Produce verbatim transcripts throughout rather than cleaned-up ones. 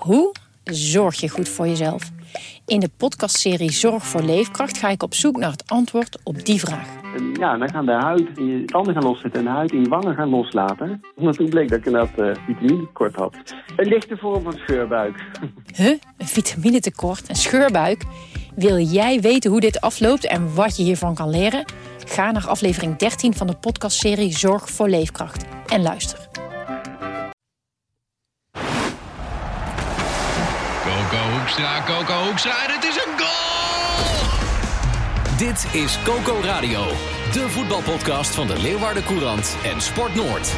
Hoe zorg je goed voor jezelf? In de podcastserie Zorg voor Leefkracht ga ik op zoek naar het antwoord op die vraag. En ja, dan gaan de huid in je tanden gaan loszetten en de huid in je wangen gaan loslaten. Omdat toen bleek dat ik inderdaad uh, vitaminetekort had. Een lichte vorm van scheurbuik. Huh? Een vitaminetekort? Een scheurbuik? Wil jij weten hoe dit afloopt en wat je hiervan kan leren? Ga naar aflevering dertien van de podcastserie Zorg voor Leefkracht en luister. Coco Hoekstra, Coco Hoekstra en het is een goal! Dit is Coco Radio, de voetbalpodcast van de Leeuwarden Courant en Sport Noord.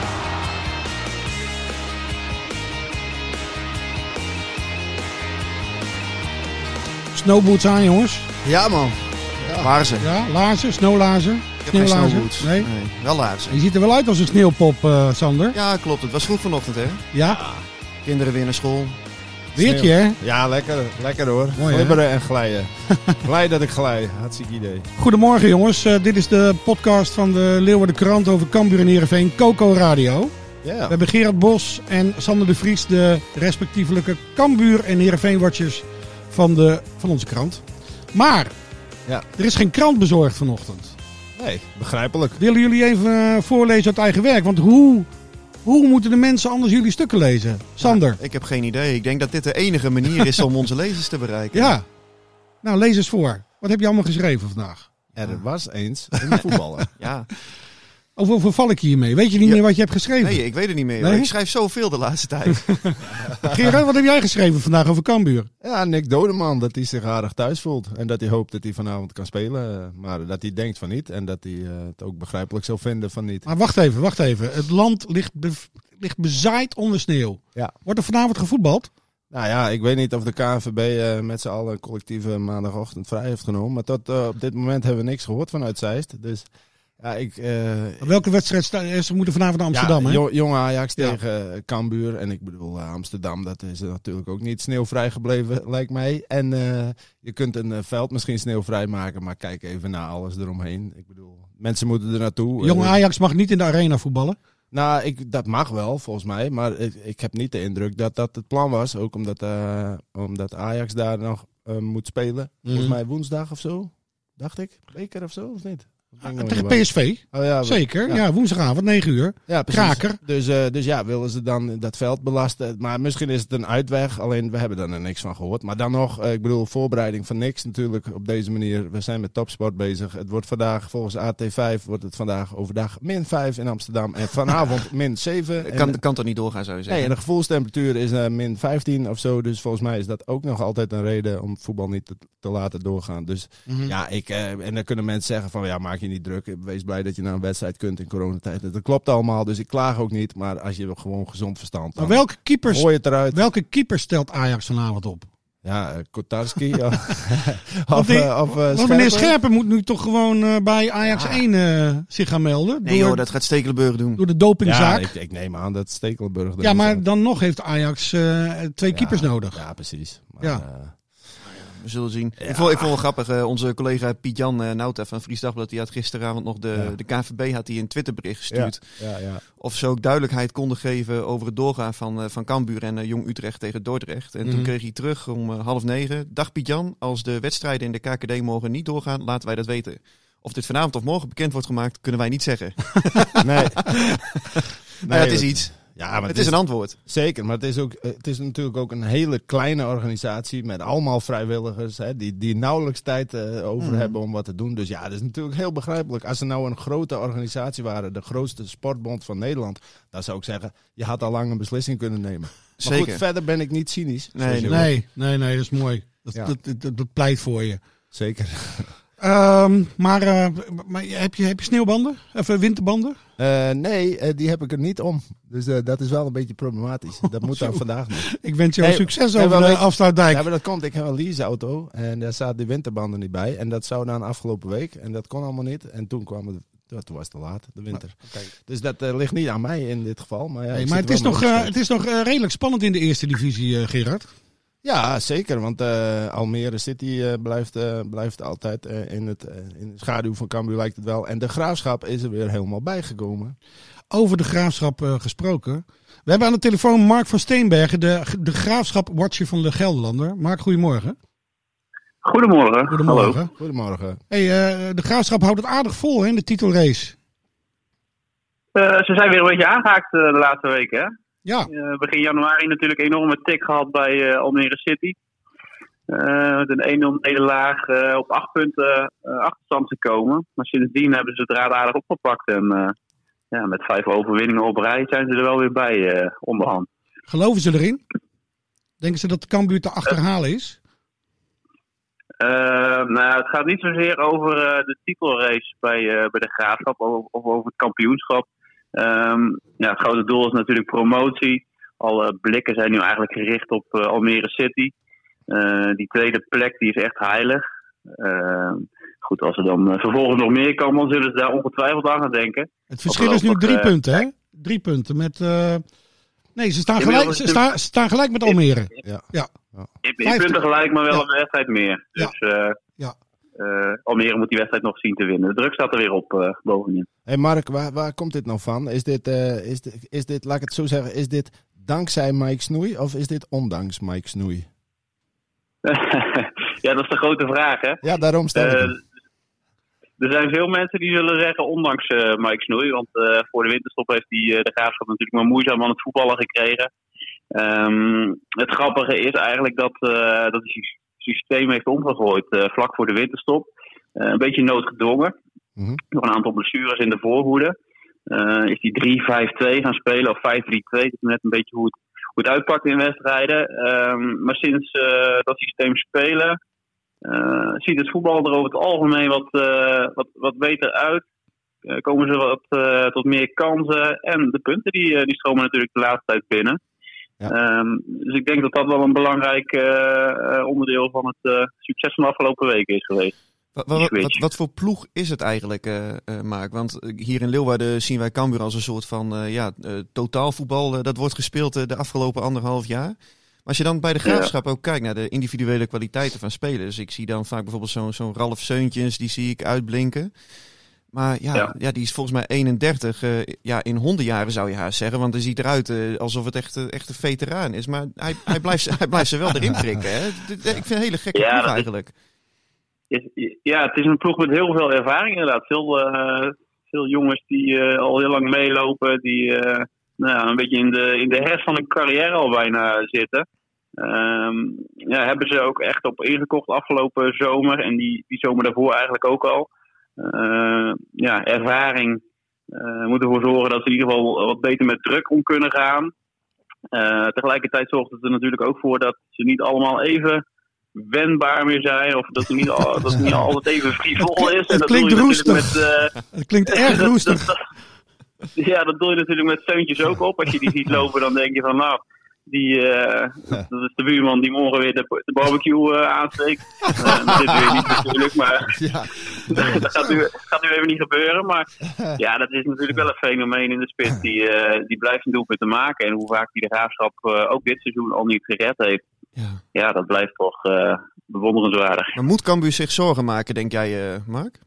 Snowboots aan, jongens. Ja, man. Ja. Laarzen. Ja, laarzen, snowlaarzen. Ik heb geen snowboots. Nee? nee, wel laarzen. Je ziet er wel uit als een sneeuwpop, uh, Sander. Ja, klopt. Het was vroeg vanochtend, hè? Ja. Kinderen weer naar school. Weertje, hè? Ja, lekker, lekker hoor. Mooi, glibberen en glijden. Blij dat ik glij. Hartstikke idee. Goedemorgen, jongens. Uh, dit is de podcast van de Leeuwarden Courant over Cambuur en Heerenveen, Coco Radio. Yeah. We hebben Gerard Bos en Sander de Vries, de respectievelijke Cambuur en Heerenveen-watchers van, de, van onze krant. Maar, ja. Er is geen krant bezorgd vanochtend. Nee, begrijpelijk. Willen jullie even uh, voorlezen uit eigen werk? Want hoe... Hoe moeten de mensen anders jullie stukken lezen? Sander? Ja, ik heb geen idee. Ik denk dat dit de enige manier is om onze lezers te bereiken. Ja. Nou, lees eens voor. Wat heb je allemaal geschreven vandaag? Er was eens een voetballer. Ja. Of, of val ik hiermee? Weet je niet ja. meer wat je hebt geschreven? Nee, ik weet het niet meer. Nee? Ik schrijf zoveel de laatste tijd. Gerard, wat heb jij geschreven vandaag over Cambuur? Ja, Nick Dodeman. Dat hij zich aardig thuis voelt. En dat hij hoopt dat hij vanavond kan spelen. Maar dat hij denkt van niet. En dat hij uh, het ook begrijpelijk zou vinden van niet. Maar wacht even, wacht even. Het land ligt, be- ligt bezaaid onder sneeuw. Ja. Wordt er vanavond gevoetbald? Nou ja, ik weet niet of de K N V B uh, met z'n allen een collectieve maandagochtend vrij heeft genomen. Maar tot uh, op dit moment hebben we niks gehoord vanuit Zeist. Dus... Ja, ik, uh, Welke wedstrijd sta- ze moeten vanavond naar Amsterdam, ja, hè? Jong, jong Ajax ja. tegen Cambuur. En ik bedoel, uh, Amsterdam, dat is natuurlijk ook niet sneeuwvrij gebleven, lijkt mij. En uh, je kunt een uh, veld misschien sneeuwvrij maken, maar kijk even naar alles eromheen. Ik bedoel, mensen moeten er naartoe. Jong uh, Ajax mag niet in de arena voetballen? Nou, ik, dat mag wel, volgens mij. Maar ik, ik heb niet de indruk dat dat het plan was. Ook omdat, uh, omdat Ajax daar nog uh, moet spelen. Mm. Volgens mij woensdag of zo, dacht ik. Beker of zo, of niet? Ah, tegen P S V? Oh, ja, zeker, ja. ja, woensdagavond, negen uur. Ja, precies. Kraker. Dus, uh, dus ja, willen ze dan dat veld belasten. Maar misschien is het een uitweg, alleen we hebben daar er niks van gehoord. Maar dan nog, uh, ik bedoel, voorbereiding van niks natuurlijk op deze manier. We zijn met topsport bezig. Het wordt vandaag, volgens A T vijf, wordt het vandaag overdag min vijf in Amsterdam. En vanavond min zeven. Kan, en, kan toch niet doorgaan, zou je zeggen? Nee, en de gevoelstemperatuur is uh, min vijftien of zo. Dus volgens mij is dat ook nog altijd een reden om voetbal niet te, te laten doorgaan. Dus mm-hmm. ja, ik, uh, en dan kunnen mensen zeggen van, ja, maak je niet druk. Wees blij dat je naar een wedstrijd kunt in coronatijd. Dat klopt allemaal, dus ik klaag ook niet. Maar als je gewoon gezond verstand maar welke keepers, gooi het eruit. Welke keeper stelt Ajax vanavond op? Ja, uh, Kotarski. of of, die, uh, of uh, want meneer Scherpen moet nu toch gewoon uh, bij Ajax ja. één uh, zich gaan melden? Nee door, joh, dat gaat Stekelenburg doen. Door de dopingzaak? Ja, ik, ik neem aan dat Stekelenburg... Ja, maar is. Dan nog heeft Ajax uh, twee ja, keepers nodig. Ja, precies. Maar, ja. Uh, We zullen zien. Ja. Ik, vond, ik vond het wel grappig. Uh, onze collega Piet-Jan uh, Nauta van Fries Dagblad, die had gisteravond nog de, ja. de K N V B had die een Twitterbericht gestuurd. Ja. Ja, ja. Of ze ook duidelijkheid konden geven over het doorgaan van, uh, van Cambuur en uh, Jong Utrecht tegen Dordrecht. En mm-hmm. toen kreeg hij terug om uh, half negen. Dag Piet-Jan, als de wedstrijden in de K K D morgen niet doorgaan, laten wij dat weten. Of dit vanavond of morgen bekend wordt gemaakt, kunnen wij niet zeggen. nee. nee ja, het is iets. Ja, maar het, het is is een antwoord. Zeker, maar het is, ook, het is natuurlijk ook een hele kleine organisatie met allemaal vrijwilligers hè, die, die nauwelijks tijd uh, over mm. hebben om wat te doen. Dus ja, dat is natuurlijk heel begrijpelijk. Als er nou een grote organisatie waren, de grootste sportbond van Nederland, dan zou ik zeggen, je had al lang een beslissing kunnen nemen. Maar Zeker. goed, verder ben ik niet cynisch. Nee, nee, nee, nee, dat is mooi. Dat, ja. dat, dat, dat, dat pleit voor je. Zeker. Um, maar uh, maar heb, je, heb je sneeuwbanden? Of winterbanden? Uh, nee, uh, die heb ik er niet om. Dus uh, dat is wel een beetje problematisch. Dat moet dan vandaag nog. Ik wens jou nee, succes over de Afsluitdijk. Ja, maar dat komt. Ik heb een leaseauto en daar zaten die winterbanden niet bij. En dat zou dan afgelopen week. En dat kon allemaal niet. En toen kwam het... Toen was het te laat, de winter. Okay. Dus dat uh, ligt niet aan mij in dit geval. Maar, ja, nee, maar het is, nog, uh, het is nog uh, redelijk spannend in de eerste divisie, uh, Gerard. Ja, zeker. Want uh, Almere City uh, blijft, uh, blijft altijd uh, in, het, uh, in de schaduw van Cambuur, lijkt het wel. En de Graafschap is er weer helemaal bijgekomen. Over de Graafschap uh, gesproken. We hebben aan de telefoon Mark van Steenbergen, de, de graafschap-watcher van de Gelderlander. Mark, goedemorgen. Goedemorgen. Goedemorgen. Hallo. Goedemorgen. Hey, uh, de graafschap houdt het aardig vol, hè, in de titelrace. Uh, ze zijn weer een beetje aangehaakt uh, de laatste weken, hè? Ja. Uh, begin januari natuurlijk een enorme tik gehad bij uh, Almere City. Uh, met een één nul nederlaag uh, op acht punten uh, achterstand gekomen. Maar sindsdien hebben ze het draad aardig opgepakt. En uh, ja, met vijf overwinningen op rij zijn ze er wel weer bij uh, onderhand. Geloven ze erin? Denken ze dat de Cambuur te achterhalen is? Uh, nou, het gaat niet zozeer over uh, de titelrace bij, uh, bij de Graafschap of, of over het kampioenschap. Um, ja, het grote doel is natuurlijk promotie. Alle blikken zijn nu eigenlijk gericht op uh, Almere City. Uh, die tweede plek die is echt heilig. Uh, goed, als er dan uh, vervolgens nog meer kan, dan zullen ze daar ongetwijfeld aan gaan denken. Het verschil is nu drie uh, punten, hè? Drie punten met... Uh... Nee, ze staan, gelijk, ze, staan, ze staan gelijk met Almere. Ja. Ja. In, in punten gelijk, maar wel ja. een wedstrijd meer. Dus ja. Uh, ja. Uh, Almere moet die wedstrijd nog zien te winnen. De druk staat er weer op uh, bovenin. Hey Mark, waar, waar komt dit nou van? Is dit, uh, is, dit, is dit, laat ik het zo zeggen, is dit dankzij Mike Snoei of is dit ondanks Mike Snoei? Ja, dat is de grote vraag, hè? Ja, daarom stel ik uh, Er zijn veel mensen die zullen zeggen ondanks uh, Mike Snoei. Want uh, voor de winterstop heeft hij uh, de Graafschap natuurlijk maar moeizaam aan het voetballen gekregen. Um, het grappige is eigenlijk dat, uh, dat hij het systeem heeft omgegooid uh, vlak voor de winterstop. Uh, een beetje noodgedwongen. Mm-hmm. Door een aantal blessures in de voorhoede. Uh, is hij drie vijf twee gaan spelen of vijf drie twee. Dat is net een beetje hoe het, hoe het uitpakt in wedstrijden. Um, maar sinds uh, dat systeem spelen... Uh, ziet het voetbal er over het algemeen wat, uh, wat, wat beter uit. Uh, komen ze wat uh, tot meer kansen. En de punten die, uh, die stromen natuurlijk de laatste tijd binnen. Ja. Um, dus ik denk dat dat wel een belangrijk uh, onderdeel van het uh, succes van de afgelopen weken is geweest. Wat, wat, wat, wat voor ploeg is het eigenlijk, uh, uh, Mark? Want hier in Leeuwarden zien wij Cambuur als een soort van uh, ja, uh, totaalvoetbal. Uh, dat wordt gespeeld uh, de afgelopen anderhalf jaar. Als je dan bij de Graafschap ja. ook kijkt naar de individuele kwaliteiten van spelers. Ik zie dan vaak bijvoorbeeld zo'n, zo'n Ralf Seuntjens, die zie ik uitblinken. Maar ja, ja. ja die is volgens mij eenendertig. Uh, ja, in hondenjaren zou je haast zeggen. Want hij ziet eruit uh, alsof het echt, uh, echt een veteraan is. Maar hij, hij, blijft, hij blijft ze wel erin prikken. Hè? Ik vind het een hele gekke ja, ploeg eigenlijk. Is, ja, het is een ploeg met heel veel ervaring inderdaad. Veel, uh, veel jongens die uh, al heel lang meelopen. Die uh, nou ja, een beetje in de, in de herfst van hun carrière al bijna zitten. Um, ja, hebben ze ook echt op ingekocht afgelopen zomer en die, die zomer daarvoor eigenlijk ook al. Uh, ja, ervaring uh, moet ervoor zorgen dat ze in ieder geval wat beter met druk om kunnen gaan. Uh, tegelijkertijd zorgt het er natuurlijk ook voor dat ze niet allemaal even wendbaar meer zijn of dat het niet, al, dat het niet altijd even frivol is. Het, en dat klinkt roestig. Met, uh, het klinkt erg roestig. dat, dat, ja, dat doe je natuurlijk met Seuntjes ook op. Als je die ziet lopen dan denk je van nou... Die, uh, dat is de buurman die morgen weer de, de barbecue uh, aansteekt. Uh, dat is weer niet natuurlijk, maar ja, dat gaat nu, gaat nu even niet gebeuren. Maar ja, dat is natuurlijk wel een fenomeen in de spits. Die, uh, die blijft een doelpunt te maken. En hoe vaak die de Graafschap uh, ook dit seizoen al niet gered heeft. Ja, ja dat blijft toch uh, bewonderenswaardig. Maar moet Cambuur zich zorgen maken, denk jij, uh, Mark?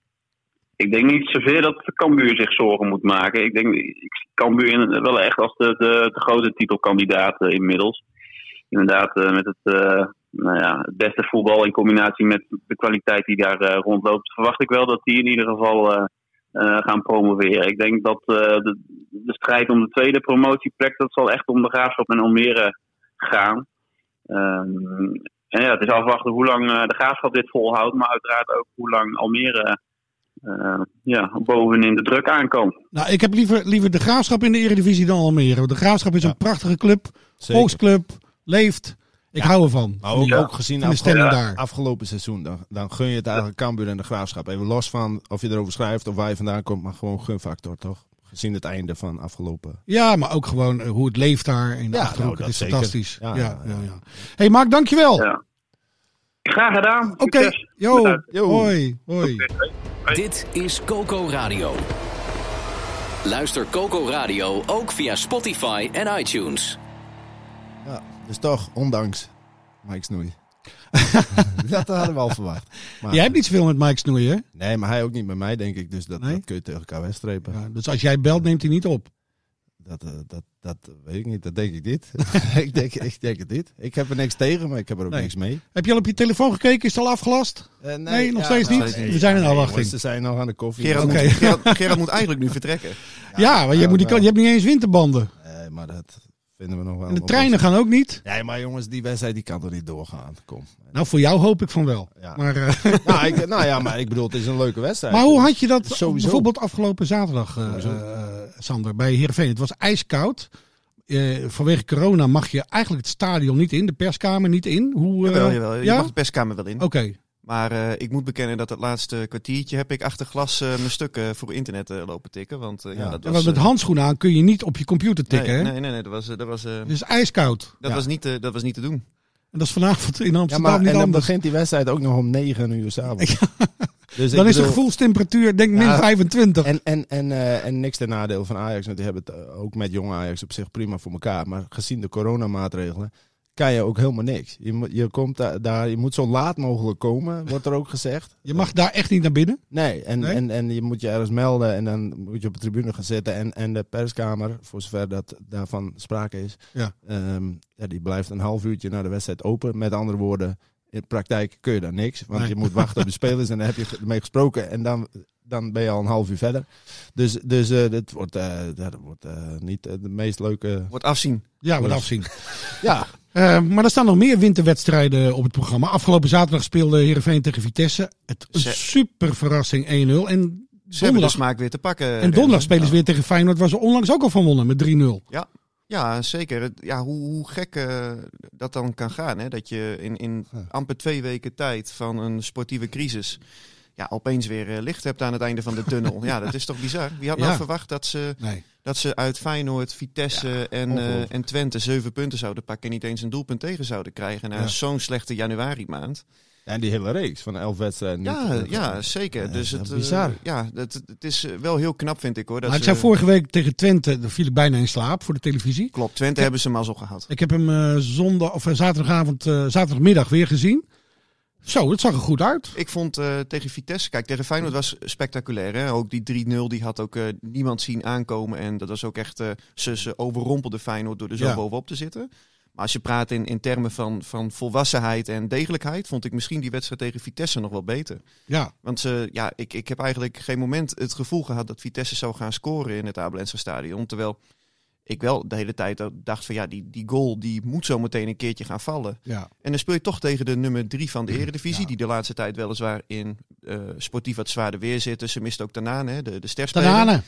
Ik denk niet zozeer dat Cambuur zich zorgen moet maken. Ik denk, ik zie Cambuur wel echt als de, de, de grote titelkandidaat uh, inmiddels. Inderdaad, uh, met het, uh, nou ja, het beste voetbal in combinatie met de kwaliteit die daar uh, rondloopt, verwacht ik wel dat die in ieder geval uh, uh, gaan promoveren. Ik denk dat uh, de, de strijd om de tweede promotieplek, dat zal echt om de Graafschap en Almere gaan. Um, en ja, het is afwachten hoe lang uh, de Graafschap dit volhoudt, maar uiteraard ook hoe lang Almere... Uh, ja, bovenin de druk aankomt. Nou, ik heb liever, liever de Graafschap in de Eredivisie dan Almere. De Graafschap is ja. een prachtige club, Zeker. volksclub, leeft. Ik ja. hou ervan. Maar ook, ja. ook gezien de afgelopen, ja. daar. afgelopen seizoen, dan, dan gun je het eigenlijk Cambuur en de Graafschap. Even los van of je erover schrijft of waar je vandaan komt, maar gewoon gunfactor, toch? Gezien het einde van afgelopen... Ja, maar ook gewoon uh, hoe het leeft daar in de ja, Achterhoek. Nou, het is zeker. fantastisch. Ja, ja, ja, ja. Ja. Hey Mark, dankjewel. Ja. Graag gedaan. Oké, okay. yo, yo, hoi, hoi. Okay. Dit is Coco Radio. Luister Coco Radio ook via Spotify en iTunes. Ja, dus toch, ondanks Mike Snoei. Dat hadden we al verwacht. Maar, jij hebt niet zoveel met Mike Snoei, hè? Nee, maar hij ook niet met mij, denk ik. Dus dat, nee? dat kun je tegen elkaar wegstrepen. Ja, dus als jij belt, neemt hij niet op? dat, uh, dat, dat weet ik niet. Dat denk ik niet. ik, denk, ik denk het niet. Ik heb er niks tegen, maar ik heb er ook nee. niks mee. Heb je al op je telefoon gekeken? Is het al afgelast? Uh, nee, nee, nog ja, steeds niet. niet. We zijn in afwachting. Ze zijn nog aan de koffie. Gerard, okay. moet, Gerard, Gerard moet eigenlijk nu vertrekken. Ja, ja maar je, moet die, je hebt niet eens winterbanden. Nee, maar dat vinden we nog wel. En de treinen gaan ook niet. Nee, maar jongens, die wedstrijd die kan toch niet doorgaan. Kom. Nou, voor jou hoop ik van wel. Ja. Maar, uh... nou, ik, nou ja, maar ik bedoel, het is een leuke wedstrijd. Maar hoe had je dat Sowieso. bijvoorbeeld afgelopen zaterdag, uh, uh, Sander, bij Heerenveen? Het was ijskoud. Uh, vanwege corona mag je eigenlijk het stadion niet in, de perskamer niet in. Hoe, uh... jawel, jawel. Je ja? mag de perskamer wel in. Oké. Okay. Maar uh, ik moet bekennen dat het laatste kwartiertje heb ik achter glas uh, mijn stukken voor internet uh, lopen tikken. Want, uh, ja. Ja, dat was, ja, want met handschoenen aan kun je niet op je computer tikken, nee, hè? Nee, nee, nee. Dat was... Dat was uh, het is ijskoud. Dat, ja. was niet, uh, dat was niet te doen. En dat is vanavond in Amsterdam ja, maar, niet en dan anders. begint die wedstrijd ook nog om negen uur 's avonds. Ja. Dus dan is bedoel, de gevoelstemperatuur denk ik min ja, vijfentwintig. En, en, en, uh, en niks ten nadeel van Ajax. Want die hebben het uh, ook met jonge Ajax op zich prima voor elkaar. Maar gezien de coronamaatregelen kan je ook helemaal niks. Je, moet, je, komt da- daar, je moet zo laat mogelijk komen, wordt er ook gezegd. Je mag daar echt niet naar binnen? Nee, en, nee? en, en je moet je ergens melden en dan moet je op de tribune gaan zitten. En, en de perskamer, voor zover dat daarvan sprake is, ja. Um, ja, die blijft een half uurtje na de wedstrijd open. Met andere woorden, in de praktijk kun je daar niks. Want nee. je moet wachten op de spelers en dan heb je ermee gesproken. En dan, dan ben je al een half uur verder. Dus, dus uh, dit wordt, uh, dat wordt uh, niet uh, de meest leuke... Wordt afzien. Ja, wordt afzien. Ja. Uh, maar er staan nog meer winterwedstrijden op het programma. Afgelopen zaterdag speelde Heerenveen tegen Vitesse. Het een super verrassing één nul. En ze hebben de smaak weer te pakken. En donderdag spelen ze ja. weer tegen Feyenoord, waar ze onlangs ook al van wonnen met drie nul. Ja. Ja, zeker. Ja, hoe, hoe gek uh, dat dan kan gaan. Hè? Dat je in, in amper twee weken tijd van een sportieve crisis ja, opeens weer uh, licht hebt aan het einde van de tunnel. Ja, dat is toch bizar. Wie had nou ja. verwacht dat ze, nee. dat ze uit Feyenoord, Vitesse ja, en, uh, en Twente zeven punten zouden pakken en niet eens een doelpunt tegen zouden krijgen na ja. zo'n slechte januari maand. En die hele reeks van elf wedstrijden. Ja, niet, ja, zeker. Ja, dus het, bizar. Uh, ja, het, het is wel heel knap, vind ik hoor. Dat maar het ze, zei vorige week tegen Twente, daar viel ik bijna in slaap voor de televisie. Klopt, Twente ik, hebben ze mazzel gehad. Ik heb hem uh, zondag of uh, zaterdagavond, uh, zaterdagmiddag weer gezien. Zo, het zag er goed uit. Ik vond uh, tegen Vitesse, kijk, tegen Feyenoord was spectaculair. Hè? Ook die drie nul, die had ook uh, niemand zien aankomen. En dat was ook echt, uh, ze, ze overrompelde Feyenoord door er zo ja. bovenop te zitten. Maar als je praat in, in termen van, van volwassenheid en degelijkheid, vond ik misschien die wedstrijd tegen Vitesse nog wel beter. Ja. Want uh, ja, ik, ik heb eigenlijk geen moment het gevoel gehad dat Vitesse zou gaan scoren in het Abelense stadion. Terwijl ik wel de hele tijd dacht van ja, die, die goal die moet zo meteen een keertje gaan vallen. Ja. En dan speel je toch tegen de nummer drie van de Eredivisie, ja. die de laatste tijd weliswaar in uh, sportief wat zwaarder weer zitten. Ze mist ook Tanane, de, de sterspeler. Tanane.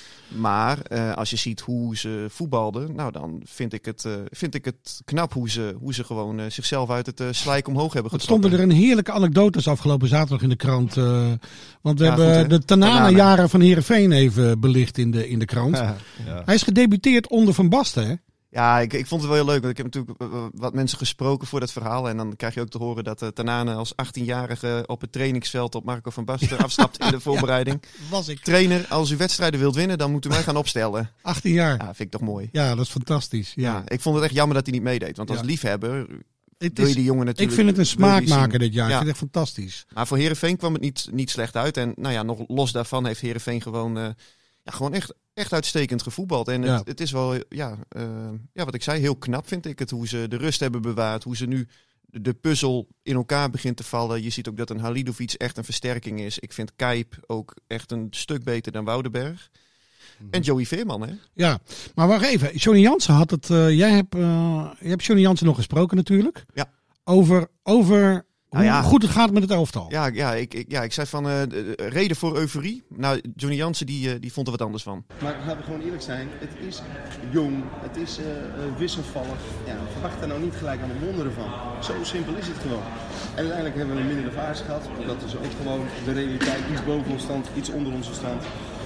Maar uh, als je ziet hoe ze voetbalden, nou dan vind ik het, uh, vind ik het knap hoe ze, hoe ze gewoon uh, zichzelf uit het uh, slijk omhoog hebben getrokken. Er stonden er een heerlijke anekdotes afgelopen zaterdag in de krant. Uh, want we ja, hebben goed, de Tanane-jaren van Heerenveen even belicht in de, in de krant. Ja, ja. Hij is gedebuteerd onder Van Basten, hè? Ja, ik, ik vond het wel heel leuk. Want ik heb natuurlijk wat mensen gesproken voor dat verhaal. En dan krijg je ook te horen dat uh, Tanane als achttienjarige op het trainingsveld op Marco van Basten afstapt in de voorbereiding. Ja, was ik. Trainer, als u wedstrijden wilt winnen, dan moet u mij gaan opstellen. achttien jaar. Ja, vind ik toch mooi. Ja, dat is fantastisch. Ja, ja ik vond het echt jammer dat hij niet meedeed. Want als ja. liefhebber het wil je is, die jongen natuurlijk... Ik vind het een smaakmaker dit jaar. Ja. Ik vind het echt fantastisch. Maar voor Heerenveen kwam het niet, niet slecht uit. En nou ja, nog los daarvan heeft Heerenveen gewoon... Uh, Ja, gewoon echt, echt uitstekend gevoetbald. En het, ja. het is wel, ja, uh, ja, wat ik zei, heel knap vind ik het. Hoe ze de rust hebben bewaard. Hoe ze nu de, de puzzel in elkaar begint te vallen. Je ziet ook dat een Halilovic echt een versterking is. Ik vind Kijp ook echt een stuk beter dan Woudenberg. Mm-hmm. En Joey Veerman, hè? Ja, maar wacht even. Johnny Jansen had het... Uh, jij hebt, uh, je hebt Johnny Jansen nog gesproken natuurlijk. Ja. Over... over Nou ja. Hoe goed het gaat met het elftal. Ja, ja, ik, ik, ja ik zei van uh, reden voor euforie. Nou, Johnny Jansen die, uh, die vond er wat anders van. Maar laten we gewoon eerlijk zijn. Het is jong, het is uh, wisselvallig. Ja, verwacht daar nou niet gelijk aan de wonderen van. Zo simpel is het gewoon. En uiteindelijk hebben we een mindere fase gehad. Dat is ook gewoon de realiteit. Iets boven ons stand, iets onder onze stand.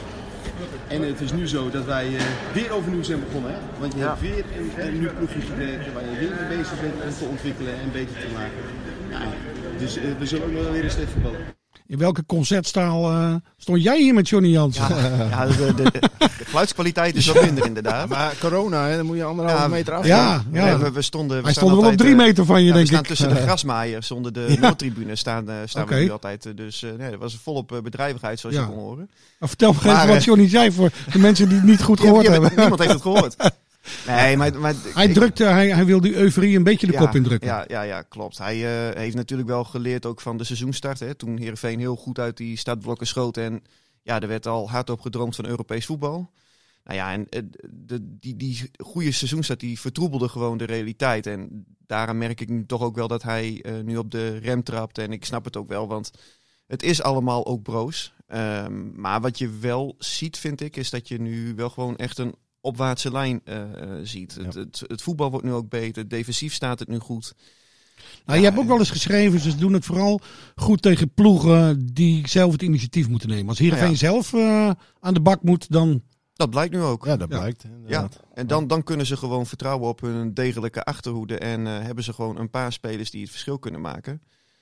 En het is nu zo dat wij uh, weer overnieuw zijn begonnen. Hè? Want je ja. hebt weer een, een nieuw ploegje gekregen waar je weer mee bezig bent om te ontwikkelen en beter te maken. Ja, dus uh, we zullen ook nog wel weer een slecht voetballen. In welke concertzaal uh, stond jij hier met Johnny Jansen? Ja, ja de, de, de, de geluidskwaliteit is wat minder inderdaad. Maar corona, hè, dan moet je anderhalve ja, meter af. Ja, ja. Nee, we, we stonden, we Hij stond wel op drie uh, meter van je, ja, denk we ik. We staan tussen de grasmaaiers onder de Noordtribune staan, uh, staan okay. we nu altijd. Dus uh, nee, dat was volop uh, bedrijvigheid zoals ja. je kon horen. Maar vertel me even wat Johnny zei voor de mensen die het niet goed gehoord ja, hebben. Niemand heeft het gehoord. Nee, maar, maar, hij, ik, drukte, hij, hij wil die euforie een beetje de ja, kop indrukken. Ja, ja, ja, klopt. Hij uh, heeft natuurlijk wel geleerd ook van de seizoenstart. Hè, toen Heerenveen heel goed uit die startblokken schoot. En ja, er werd al hard op gedroomd van Europees voetbal. Nou ja, en de, de, die, die goede seizoenstart die vertroebelde gewoon de realiteit. En daaraan merk ik nu toch ook wel dat hij uh, nu op de rem trapt. En ik snap het ook wel, want het is allemaal ook broos. Um, maar wat je wel ziet, vind ik, is dat je nu wel gewoon echt een opwaartse lijn uh, uh, ziet. Ja. Het, het, het voetbal wordt nu ook beter. Defensief staat het nu goed. Nou, ja, je hebt ook wel eens geschreven, ze doen het vooral goed tegen ploegen die zelf het initiatief moeten nemen. Als Heerenveen ja, ja. zelf uh, aan de bak moet, dan... Dat blijkt nu ook. Ja, dat ja. blijkt. Ja. En dan, dan kunnen ze gewoon vertrouwen op hun degelijke achterhoede. En uh, hebben ze gewoon een paar spelers die het verschil kunnen maken.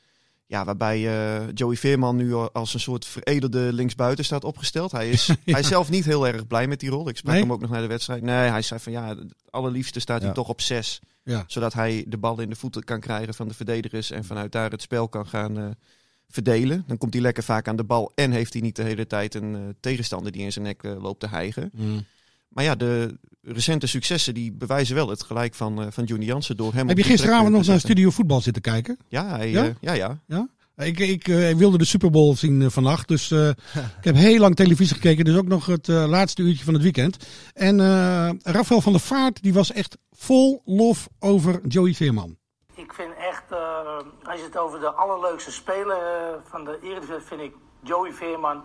Ja, waarbij uh, Joey Veerman nu als een soort veredelde linksbuiten staat opgesteld. Hij is, ja. hij is zelf niet heel erg blij met die rol. Ik sprak nee? hem ook nog naar de wedstrijd. Nee, hij zei van ja, het allerliefste staat ja. hij toch op zes. Ja. Zodat hij de bal in de voeten kan krijgen van de verdedigers. En vanuit daar het spel kan gaan uh, verdelen. Dan komt hij lekker vaak aan de bal. En heeft hij niet de hele tijd een uh, tegenstander die in zijn nek uh, loopt te hijgen. Mm. Maar ja, de recente successen die bewijzen wel het gelijk van, uh, van Johnny Jansen door hem. Heb je gisteravond nog naar Studio Voetbal zitten kijken? Ja, hij, ja? Uh, ja, ja. ja? Ik, ik uh, wilde de Super Bowl zien uh, vannacht, dus uh, ik heb heel lang televisie gekeken. Dus ook nog het uh, laatste uurtje van het weekend. En uh, Rafael van der Vaart, die was echt vol lof over Joey Veerman. Ik vind echt, uh, als je het over de allerleukste speler uh, van de Eredivisie, vind ik Joey Veerman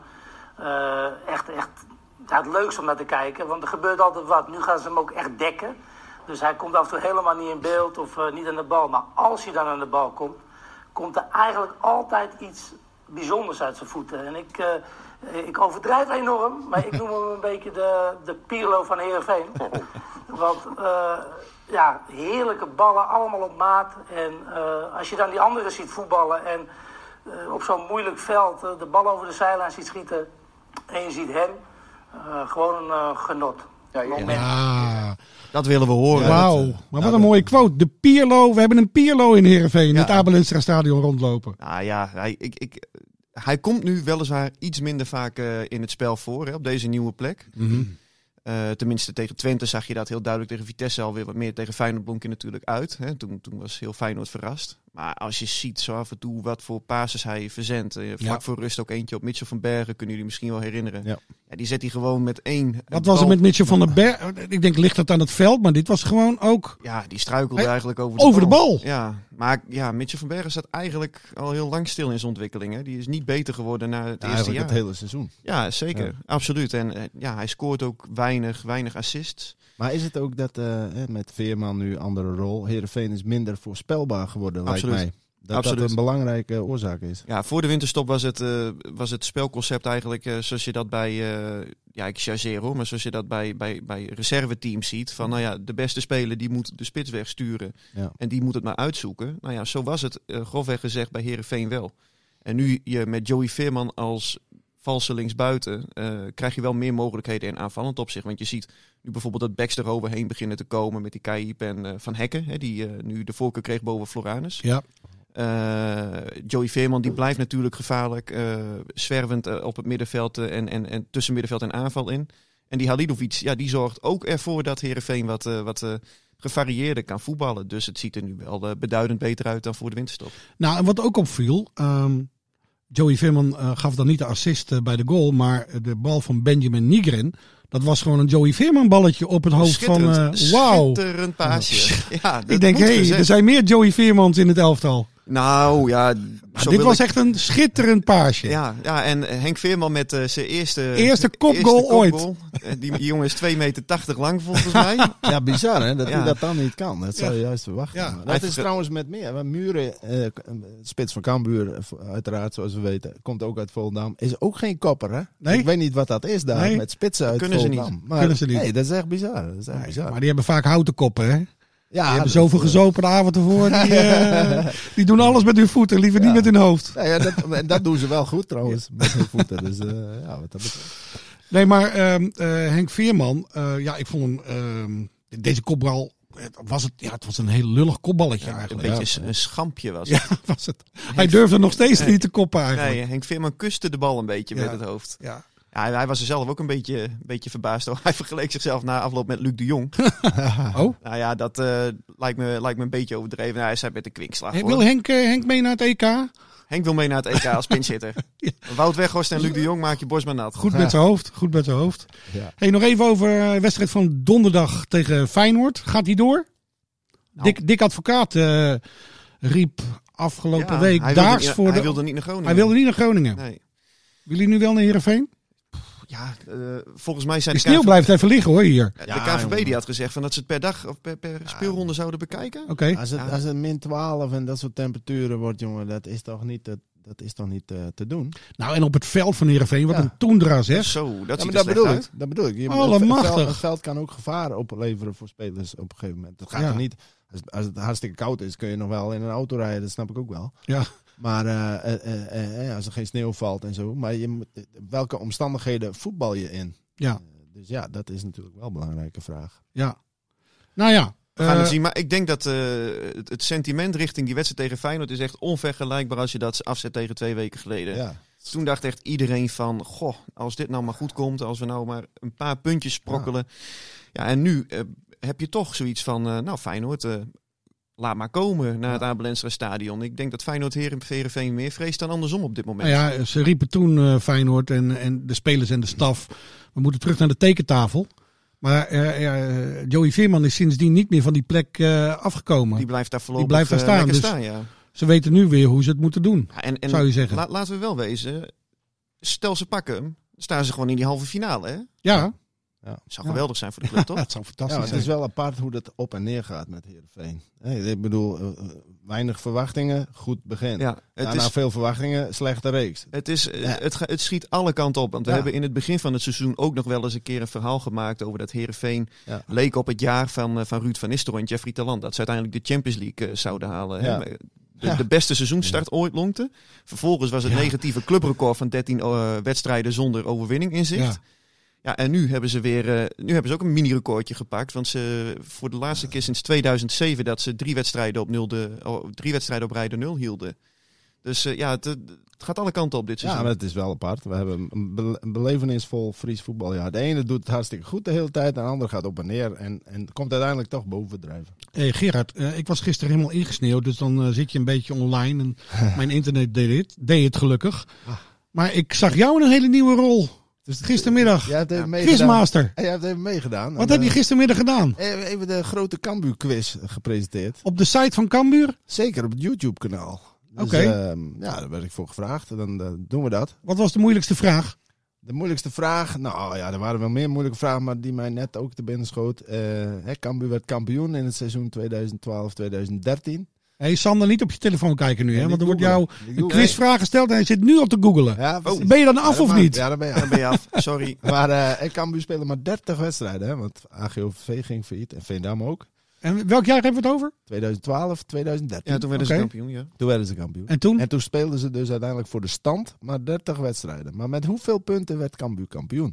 uh, echt, echt ja, het leukste om naar te kijken. Want er gebeurt altijd wat. Nu gaan ze hem ook echt dekken. Dus hij komt af en toe helemaal niet in beeld of uh, niet aan de bal. Maar als hij dan aan de bal komt, komt er eigenlijk altijd iets bijzonders uit zijn voeten. En ik, uh, ik overdrijf enorm, maar ik noem hem een beetje de, de Pirlo van Heerenveen. Want uh, ja, heerlijke ballen, allemaal op maat. En uh, als je dan die anderen ziet voetballen en uh, op zo'n moeilijk veld uh, de bal over de zijlijn ziet schieten en je ziet hem, uh, gewoon een uh, genot. Ja, ja. Dat willen we horen. Wauw, maar wat nou, een mooie quote. De Pirlo, we hebben een Pirlo in Heerenveen, ja. Het Abel Enstra Stadion rondlopen. Nou ja, hij, ik, ik, hij komt nu weliswaar iets minder vaak uh, in het spel voor, hè, op deze nieuwe plek. Mm-hmm. Uh, tenminste tegen Twente zag je dat heel duidelijk, tegen Vitesse alweer wat meer, tegen Feyenoord blonk je natuurlijk uit. Hè. Toen, toen was heel Feyenoord verrast. Maar als je ziet zo af en toe wat voor passes hij verzendt. Uh, vlak ja. voor rust ook eentje op Mitchell van Bergen, kunnen jullie misschien wel herinneren. Ja. Ja, die zet hij gewoon met één. Wat was er met Mitchell van den Berg? Ik denk, ligt dat aan het veld, maar dit was gewoon ook... Ja, die struikelde hij, eigenlijk over de over bal. de bal. Ja, maar ja, Mitchell van Bergen staat eigenlijk al heel lang stil in zijn ontwikkeling. Hè. Die is niet beter geworden na het ja, eerste jaar. het hele seizoen. Ja, zeker. Ja. Absoluut. En ja, hij scoort ook weinig, weinig assists. Maar is het ook dat uh, met Veerman nu andere rol, Heerenveen is minder voorspelbaar geworden, Absoluut. lijkt mij. Dat Absoluut. dat een belangrijke oorzaak is. Ja, voor de winterstop was het, uh, was het spelconcept eigenlijk uh, zoals je dat bij, uh, ja ik chargeer hoor, maar zoals je dat bij, bij, bij reserveteams ziet. Van nou ja, de beste speler die moet de spits wegsturen ja. en die moet het maar uitzoeken. Nou ja, zo was het uh, grofweg gezegd bij Heerenveen wel. En nu je met Joey Veerman als valse linksbuiten uh, krijg je wel meer mogelijkheden in aanvallend opzicht. Want je ziet nu bijvoorbeeld dat backs er overheen beginnen te komen met die Kaïp en uh, Van Hekken, hè, die uh, nu de voorkeur kreeg boven Floranus. Ja. Uh, Joey Veerman die blijft natuurlijk gevaarlijk, uh, zwervend uh, op het middenveld uh, en, en, en tussen middenveld en aanval in. En die Halilovic, ja, die zorgt ook ervoor dat Heerenveen wat, uh, wat uh, gevarieerder kan voetballen. Dus het ziet er nu wel uh, beduidend beter uit dan voor de winterstop. Nou, en wat ook opviel, um, Joey Veerman uh, gaf dan niet de assist uh, bij de goal, maar de bal van Benjamin Nygren, dat was gewoon een Joey Veerman balletje op het hoofd van... Uh, wauw. Schitterend paasje. Ja, ik denk, hé, hey, er zijn meer Joey Veermans in het elftal. Nou ja, zo dit was ik... echt een schitterend paasje. Ja, ja en Henk Veerman met uh, zijn eerste, eerste kopgoal eerste ooit. Kopgoal. Die, die jongen is twee meter tachtig lang volgens mij. Ja, bizar hè, dat ja. hij dat dan niet kan. Dat zou je ja. juist verwachten. Ja. Dat is trouwens met meer. Muren, uh, spits van Cambuur, uiteraard zoals we weten, komt ook uit Volendam. Is ook geen kopper hè. Nee? Ik weet niet wat dat is daar, nee? Met spitsen uit Kunnen Volendam. Ze niet. Maar, Kunnen ze niet. Nee, dat is echt bizar. Dat is echt nee, bizar. Maar die hebben vaak houten koppen hè. die hebben zoveel gezopen de avond ervoor. Die, uh, die doen alles met hun voeten, liever ja. niet met hun hoofd. Ja, ja, dat, en dat doen ze wel goed trouwens, met hun voeten. Dus uh, ja, wat dat betreft. Nee, maar uh, uh, Henk Veerman, uh, ja, ik vond hem, uh, deze kopbal, was het, ja, het was een heel lullig kopballetje ja, eigenlijk. Een beetje ja. een schampje was het. Ja, was het. Henk Hij durfde nog steeds nee, niet te koppen eigenlijk. Nee, Henk Veerman kuste de bal een beetje ja. met het hoofd. Ja. Ja, hij was er zelf ook een beetje, een beetje verbaasd over. Hij vergeleek zichzelf na afloop met Luc de Jong. Oh? Nou ja, dat uh, lijkt, me, lijkt me een beetje overdreven. Nou, hij zei met de kwinkslag. Hey, wil Henk, uh, Henk mee naar het E K? Henk wil mee naar het E K als pinchitter. ja. Wout Weghorst en Luc de Jong maak je borst maar nat. Goed met zijn hoofd. Goed met zijn hoofd. Ja. Hey, nog even over de wedstrijd van donderdag tegen Feyenoord. Gaat die door? Nou. Dick, Dick Advocaat uh, riep afgelopen ja, week hij daags wilde, voor hij de... wilde niet naar Groningen. Hij wilde niet naar Groningen. Nee. Wil je nu wel naar Heerenveen? Ja, uh, volgens mij zijn de sneeuw K V B... blijft even liggen hoor hier. Ja, de ja, K V B die had gezegd van dat ze het per dag of per, per ja. speelronde zouden bekijken. Oké. Okay. Als het, ja. als het min twaalf en dat soort temperaturen wordt, jongen, dat is toch niet te, dat is toch niet uh, te doen. Nou, en op het veld van Heerenveen, wat ja. een toendra zeg. Zo, dat ja, ziet maar er dat bedoel uit. Ik, dat bedoel ik. Je, Allemachtig. Het veld, het veld kan ook gevaar opleveren voor spelers op een gegeven moment. Dat gaat ja. er niet. Als, als het hartstikke koud is, kun je nog wel in een auto rijden. Dat snap ik ook wel. Ja. Maar uh, uh, uh, uh, als er geen sneeuw valt en zo. Maar je, welke omstandigheden voetbal je in? Ja. Uh, dus ja, dat is natuurlijk wel een belangrijke vraag. Ja. Nou ja. We gaan uh, het zien. Maar ik denk dat uh, het, het sentiment richting die wedstrijd tegen Feyenoord is echt onvergelijkbaar als je dat afzet tegen twee weken geleden. Ja. Toen dacht echt iedereen van, goh, als dit nou maar goed komt, als we nou maar een paar puntjes sprokkelen. Ja, ja en nu uh, heb je toch zoiets van, uh, nou Feyenoord, uh, laat maar komen naar ja. het Abel Enstra stadion. Ik denk dat Feyenoord Heerenveen meer vreest dan andersom op dit moment. Nou ja, ze riepen toen uh, Feyenoord en, en de spelers en de staf, we moeten terug naar de tekentafel. Maar uh, uh, Joey Veerman is sindsdien niet meer van die plek uh, afgekomen. Die blijft daar voorlopig die blijft daar staan. Uh, dus staan ja. Ze weten nu weer hoe ze het moeten doen, ja, en, en zou je zeggen. La, laten we wel wezen, stel ze pakken hem, staan ze gewoon in die halve finale. Hè? Ja. Ja. Het zou geweldig ja. zijn voor de club, toch? Ja, het zou fantastisch ja, het zijn. is wel apart hoe dat op en neer gaat met Heerenveen. Hey, ik bedoel, uh, weinig verwachtingen, goed begin. Ja, het Daarna is, veel verwachtingen, slechte reeks. Het, is, uh, ja. het, het schiet alle kanten op. Want we ja. hebben in het begin van het seizoen ook nog wel eens een keer een verhaal gemaakt over dat Heerenveen ja. leek op het jaar van, uh, van Ruud van Nistelrooy en Jeffrey Talant. Dat ze uiteindelijk de Champions League uh, zouden halen. Ja. Hè? De, ja. de beste seizoenstart ja. ooit lonkte. Vervolgens was het ja. negatieve clubrecord van dertien uh, wedstrijden zonder overwinning in zicht. Ja. Ja, en nu hebben ze weer uh, nu hebben ze ook een mini-recordje gepakt. Want ze voor de laatste keer sinds tweeduizend zeven dat ze drie wedstrijden op, nul de, oh, drie wedstrijden op rij de nul hielden. Dus uh, ja, het, het gaat alle kanten op dit seizoen. Ja, maar het is wel apart. We hebben een, be- een belevenisvol Fries voetbal. Ja, de ene doet het hartstikke goed de hele tijd. En de andere gaat op en neer. En, en komt uiteindelijk toch bovendrijven. Hey Gerard, uh, ik was gisteren helemaal ingesneeuwd. Dus dan uh, zit je een beetje online. En mijn internet deed het, deed het gelukkig. Maar ik zag jou in een hele nieuwe rol. Dus gistermiddag, jij hebt even ja, quizmaster. Jij hebt even meegedaan. Wat en, heb je gistermiddag gedaan? Even de grote Cambuur quiz gepresenteerd. Op de site van Cambuur? Zeker, op het YouTube kanaal. Dus, Oké. Okay. Uh, ja, daar werd ik voor gevraagd. Dan uh, doen we dat. Wat was de moeilijkste vraag? De moeilijkste vraag? Nou ja, er waren wel meer moeilijke vragen, maar die mij net ook te binnen schoot. Uh, hè, Cambuur werd kampioen in het seizoen tweeduizend twaalf tweeduizend dertien. Hé hey Sander, niet op je telefoon kijken nu, hè? Want er wordt jou een quizvraag gesteld en hij zit nu op te googlen. Ja, oh. Ben je dan af ja, of maar, niet? Ja, dan ben je, dan ben je af. Sorry. Maar uh, Cambuur speelde maar dertig wedstrijden, hè? Want A G O V ging failliet en Veendam ook. En welk jaar hebben we het over? tweeduizend twaalf tweeduizend dertien. Ja, toen werden okay. ze kampioen, ja. Toen werden ze kampioen. En toen? En toen speelden ze dus uiteindelijk voor de stand maar dertig wedstrijden. Maar met hoeveel punten werd Cambuur kampioen?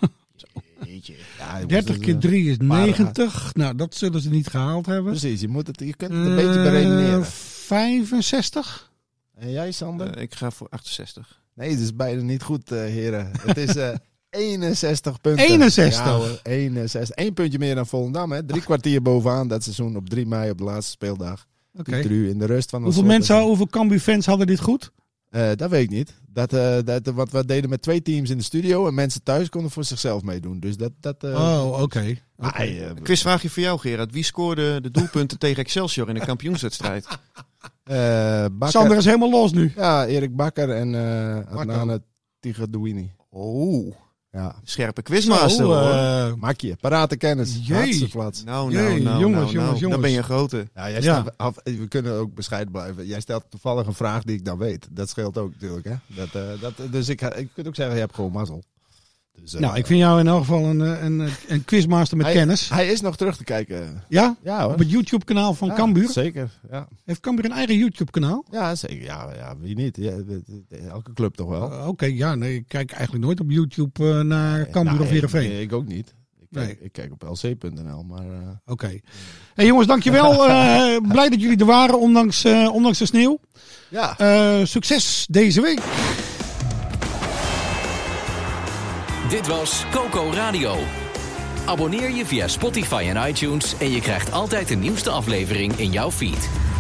Ja, dertig keer drie is negentig. Nou, dat zullen ze niet gehaald hebben. Precies, je, moet het, je kunt het een uh, beetje beredeneren. vijfenzestig? En jij, Sander? Uh, ik ga voor achtenzestig. Nee, het is beide niet goed, uh, heren. Het is uh, eenenzestig punten. eenenzestig? Ja, hoor, eenenzestig. Eén puntje meer dan Volendam, hè. Drie kwartier bovenaan dat seizoen op drie mei op de laatste speeldag. Oké. Okay. In de rust van hoeveel mensen, hoeveel Cambuur-fans hadden dit goed? Uh, dat weet ik niet. Dat, uh, dat, wat we deden met twee teams in de studio en mensen thuis konden voor zichzelf meedoen. Dus dat... dat uh, oh, oké. Okay. Okay. Uh, quizvraagje voor jou, Gerard. Wie scoorde de doelpunten tegen Excelsior in de kampioenswedstrijd? Uh, Sander is helemaal los nu. Ja, Erik Bakker en uh, Adnane Tigardouini. Oh, ja. Scherpe quizmaster. Oh, uh, Maak je, parate kennis. Jee. Nou, nou, nou, nou, jongens, nou, jongens, jongens. Dan ben je een grote. Ja, jij ja. Af, we kunnen ook bescheiden blijven. Jij stelt toevallig een vraag die ik dan weet. Dat scheelt ook natuurlijk. Hè? Dat, uh, dat, dus ik, ik kunt ook zeggen, je hebt gewoon mazzel. Dus, uh, nou, ik vind jou in elk geval een, een, een quizmaster met hij, kennis. Hij is nog terug te kijken. Ja? Ja hoor. Op het YouTube-kanaal van ja, Cambuur? Zeker, ja. Heeft Cambuur een eigen YouTube-kanaal? Ja, zeker. Ja, ja wie niet? Ja, de, de, de, elke club toch wel. Uh, Oké, okay, ja, nee, ik kijk eigenlijk nooit op YouTube uh, naar Cambuur nou, of Heerenveen. Nee, ik ook niet. Ik kijk, nee. ik kijk op L C punt N L, maar... Uh... Oké. Okay. Hey jongens, dankjewel. uh, blij dat jullie er waren, ondanks, uh, ondanks de sneeuw. Ja. Uh, succes deze week. Dit was Coco Radio. Abonneer je via Spotify en iTunes en je krijgt altijd de nieuwste aflevering in jouw feed.